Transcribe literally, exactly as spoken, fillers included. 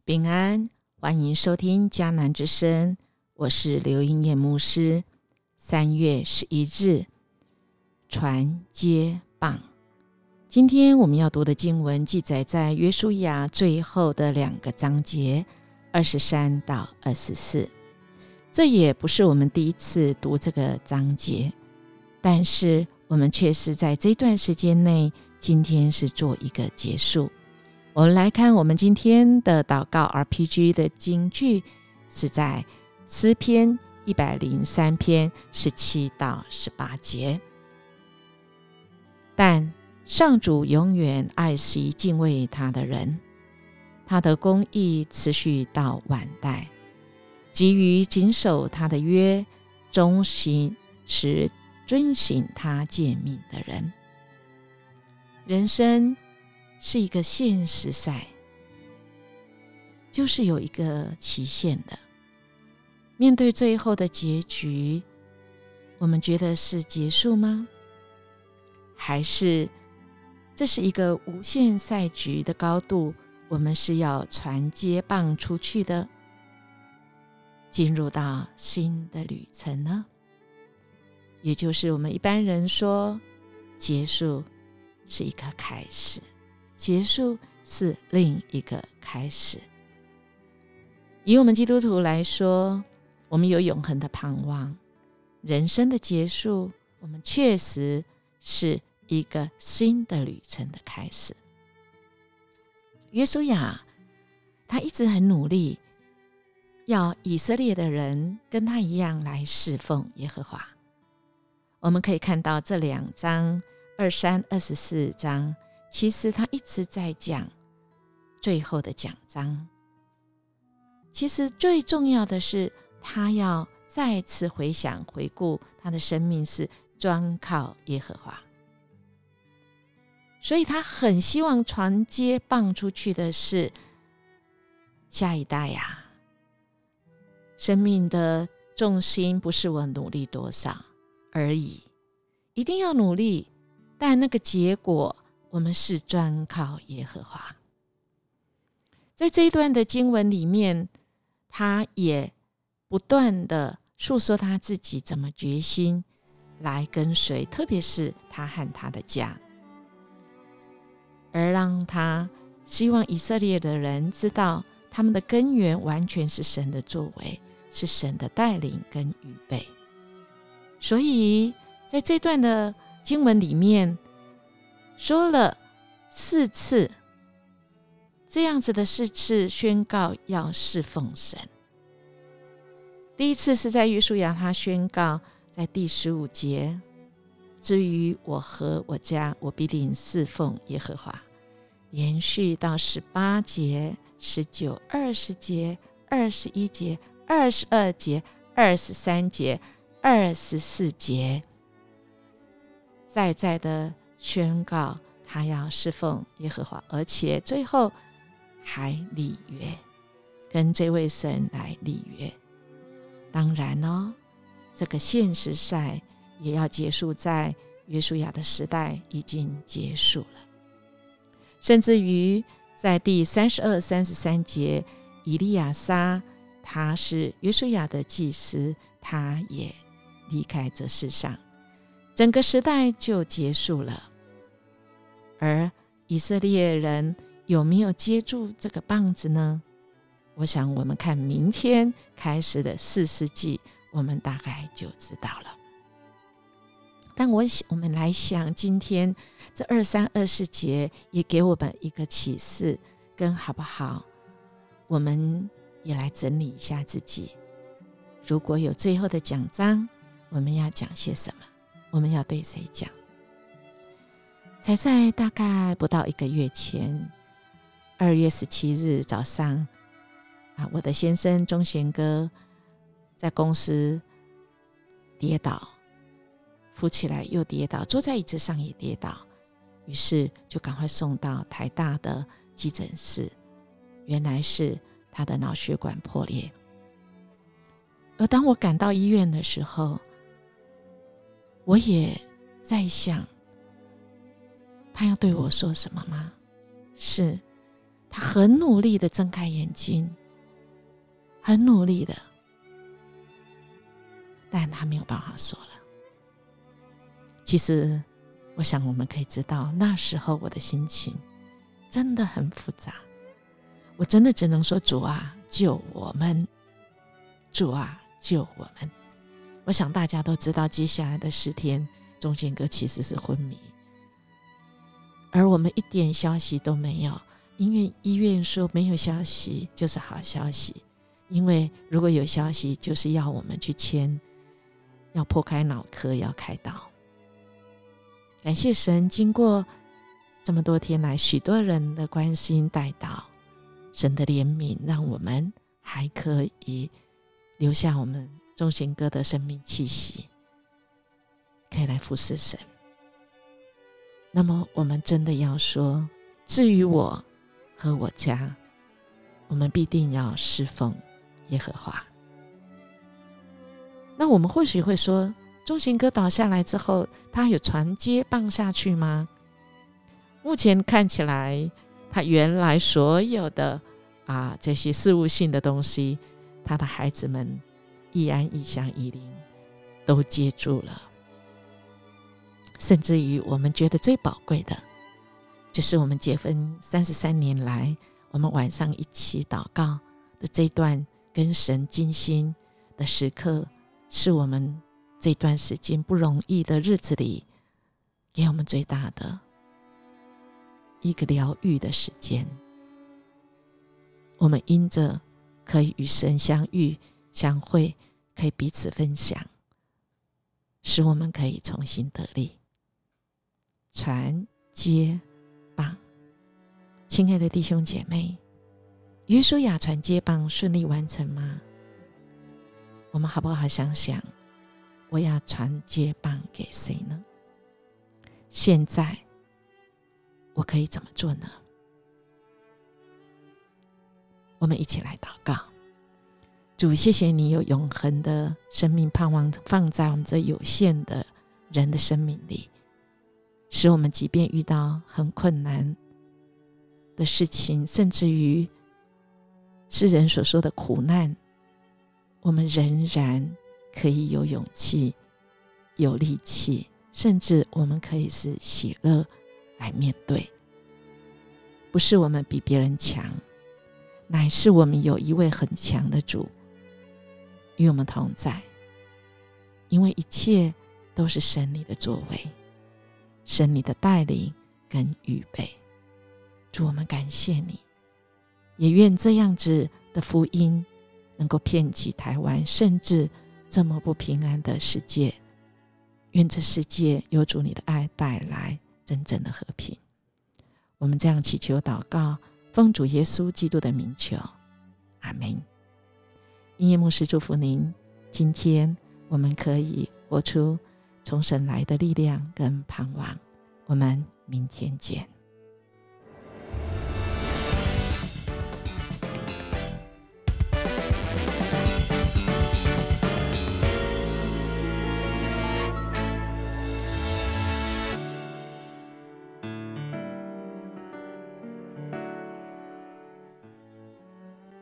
平安，欢迎收听迦南之声，我是刘英燕牧师。三月十一日，传接棒。今天我们要读的经文记载在约书亚最后的两个章节二十三到二十四。这也不是我们第一次读这个章节，但是我们却是在这段时间内，今天是做一个结束。我们来看我们今天的祷告 R P G 的金句，是在诗篇一百零三篇十七到十八节。但上主永远爱惜敬畏他的人，他的公义持续到万代，基于谨守他的约，忠心时遵行他诫命的人。人生是一个现实赛，就是有一个期限的。面对最后的结局，我们觉得是结束吗？还是这是一个无限赛局的高度，我们是要传接棒出去的，进入到新的旅程呢？也就是我们一般人说，结束是一个开始，结束是另一个开始。以我们基督徒来说，我们有永恒的盼望，人生的结束，我们确实是一个新的旅程的开始。约书亚他一直很努力，要以色列的人跟他一样来侍奉耶和华。我们可以看到这两章二三、二十四章，其实他一直在讲最后的讲章。其实最重要的是，他要再次回想回顾他的生命是专靠耶和华，所以他很希望传接棒出去的是下一代呀。生命的重心不是我努力多少而已，一定要努力，但那个结果我们是专靠耶和华。在这一段的经文里面，他也不断的述说他自己怎么决心来跟随，特别是他和他的家，而让他希望以色列的人知道，他们的根源完全是神的作为，是神的带领跟预备。所以在这段的经文里面说了四次，这样子的四次宣告要侍奉神。第一次是在约书亚，他宣告在第十五节，至于我和我家，我必定侍奉耶和华。连续到十八节、十九、二十节、二十一节、二十二节、二十三节、二十四节，再再的宣告他要侍奉耶和华，而且最后还立约，跟这位神来立约。当然哦，这个现实赛也要结束，在约书亚的时代已经结束了。甚至于在第三十二、三十三节，以利亚撒他是约书亚的祭司，他也离开这世上，整个时代就结束了。而以色列人有没有接住这个棒子呢？我想我们看明天开始的四世纪，我们大概就知道了。但我我们来想，今天这二三二四节也给我们一个启示，跟好不好？我们也来整理一下自己。如果有最后的讲章，我们要讲些什么？我们要对谁讲？才在大概不到一个月前，二月十七日早上啊，我的先生钟贤哥在公司跌倒，扶起来又跌倒，坐在椅子上也跌倒，于是就赶快送到台大的急诊室，原来是他的脑血管破裂。而当我赶到医院的时候，我也在想，他要对我说什么吗？是， 他很努力的睁开眼睛，很努力的，但他没有办法说了。其实我想我们可以知道，那时候我的心情真的很复杂，我真的只能说，主啊，救我们，主啊，救我们。我想大家都知道，接下来的十天中间哥其实是昏迷，而我们一点消息都没有，因为医院说没有消息就是好消息，因为如果有消息就是要我们去签，要剖开脑壳，要开刀。感谢神，经过这么多天来许多人的关心带祷，神的怜悯让我们还可以留下我们忠贤哥的生命气息，可以来服侍神。那么我们真的要说，至于我和我家，我们必定要侍奉耶和华。那我们或许会说，忠贤哥倒下来之后，他有传接棒下去吗？目前看起来，他原来所有的啊这些事务性的东西，他的孩子们易安、易祥、易灵都接住了。甚至于我们觉得最宝贵的，就是我们结婚三十三年来，我们晚上一起祷告的这段跟神精心的时刻，是我们这段时间不容易的日子里给我们最大的一个疗愈的时间。我们因着可以与神相遇相会，可以彼此分享，使我们可以重新得力。传接棒，亲爱的弟兄姐妹，约书亚传接棒顺利完成吗？我们好不好想想，我要传接棒给谁呢？现在我可以怎么做呢？我们一起来祷告。主，谢谢你有永恒的生命盼望放在我们这有限的人的生命里，使我们即便遇到很困难的事情，甚至于世人所说的苦难，我们仍然可以有勇气、有力气，甚至我们可以是喜乐来面对。不是我们比别人强，乃是我们有一位很强的主与我们同在，因为一切都是神你的作为，神你的带领跟预备。主，我们感谢你，也愿这样子的福音能够遍及台湾，甚至这么不平安的世界。愿这世界有主你的爱带来真正的和平。我们这样祈求祷告，奉主耶稣基督的名求，阿们。音乐牧师祝福您，今天我们可以活出从神来的力量跟盼望。我们明天见。